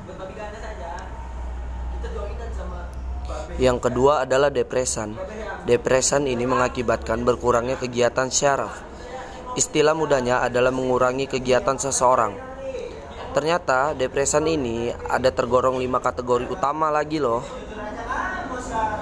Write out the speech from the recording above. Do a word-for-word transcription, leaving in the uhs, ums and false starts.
Yang kedua adalah depresan. Depresan ini mengakibatkan berkurangnya kegiatan syaraf. Istilah mudahnya adalah mengurangi kegiatan seseorang. Ternyata depresan ini ada tergolong lima kategori utama lagi loh.